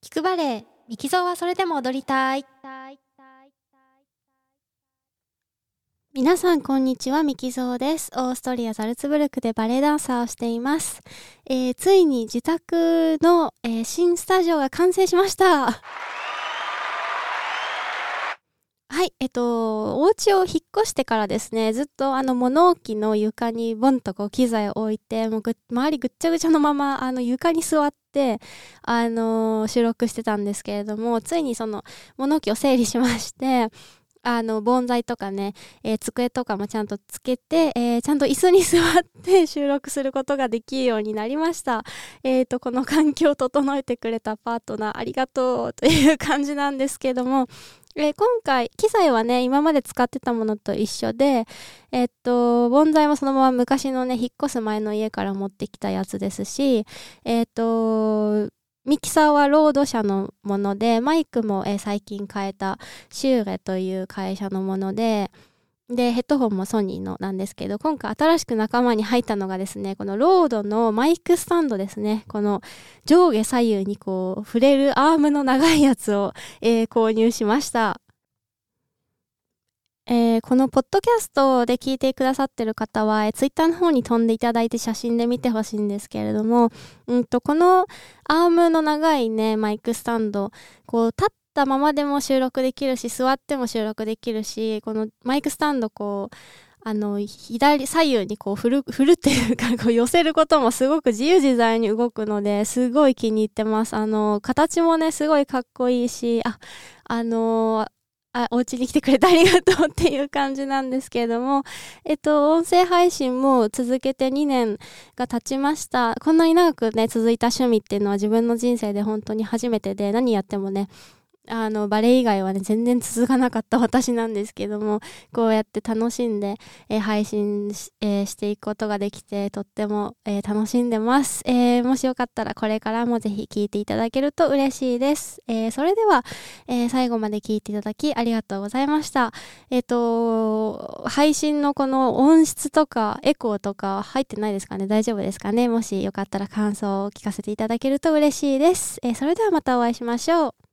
聞くバレエ、ミキゾーはそれでも踊りたい。皆さんこんにちは、ミキゾーです。オーストリアザルツブルクでバレエダンサーをしています。ついに自宅の、新スタジオが完成しました。はい、お家を引っ越してからですね、ずっと物置の床にボンとこう機材を置いて、もう周りぐっちゃぐちゃのまま床に座って、収録してたんですけれども、ついにその物置を整理しまして、盆栽とかね、机とかもちゃんとつけて、ちゃんと椅子に座って収録することができるようになりました。この環境を整えてくれたパートナーありがとうという感じなんですけども、今回機材はね今まで使ってたものと一緒で、盆栽もそのまま昔のね引っ越す前の家から持ってきたやつですし、ミキサーはロード社のもので、マイクも、最近変えたシューレという会社のもので、ヘッドホンもソニーのなんですけど、今回新しく仲間に入ったのがですね、このロードのマイクスタンドですね。この上下左右にこう触れるアームの長いやつを、購入しました。このポッドキャストで聞いてくださってる方は、ツイッターの方に飛んでいただいて写真で見てほしいんですけれども、このアームの長いねマイクスタンド、こう立ったままでも収録できるし、座っても収録できるし、このマイクスタンドこう左右にこう振るっていうかこう寄せることもすごく自由自在に動くので、すごい気に入ってます。形もねすごいかっこいいし、お家に来てくれてありがとうっていう感じなんですけれども、音声配信も続けて2年が経ちました。こんなに長くね続いた趣味っていうのは自分の人生で本当に初めてで、何やってもねバレエ以外はね全然続かなかった私なんですけども、こうやって楽しんで、配信していくことができてとっても、楽しんでます。もしよかったらこれからもぜひ聞いていただけると嬉しいです。それでは、最後まで聞いていただきありがとうございました。配信のこの音質とかエコーとか入ってないですかね、大丈夫ですかね。もしよかったら感想を聞かせていただけると嬉しいです。それではまたお会いしましょう。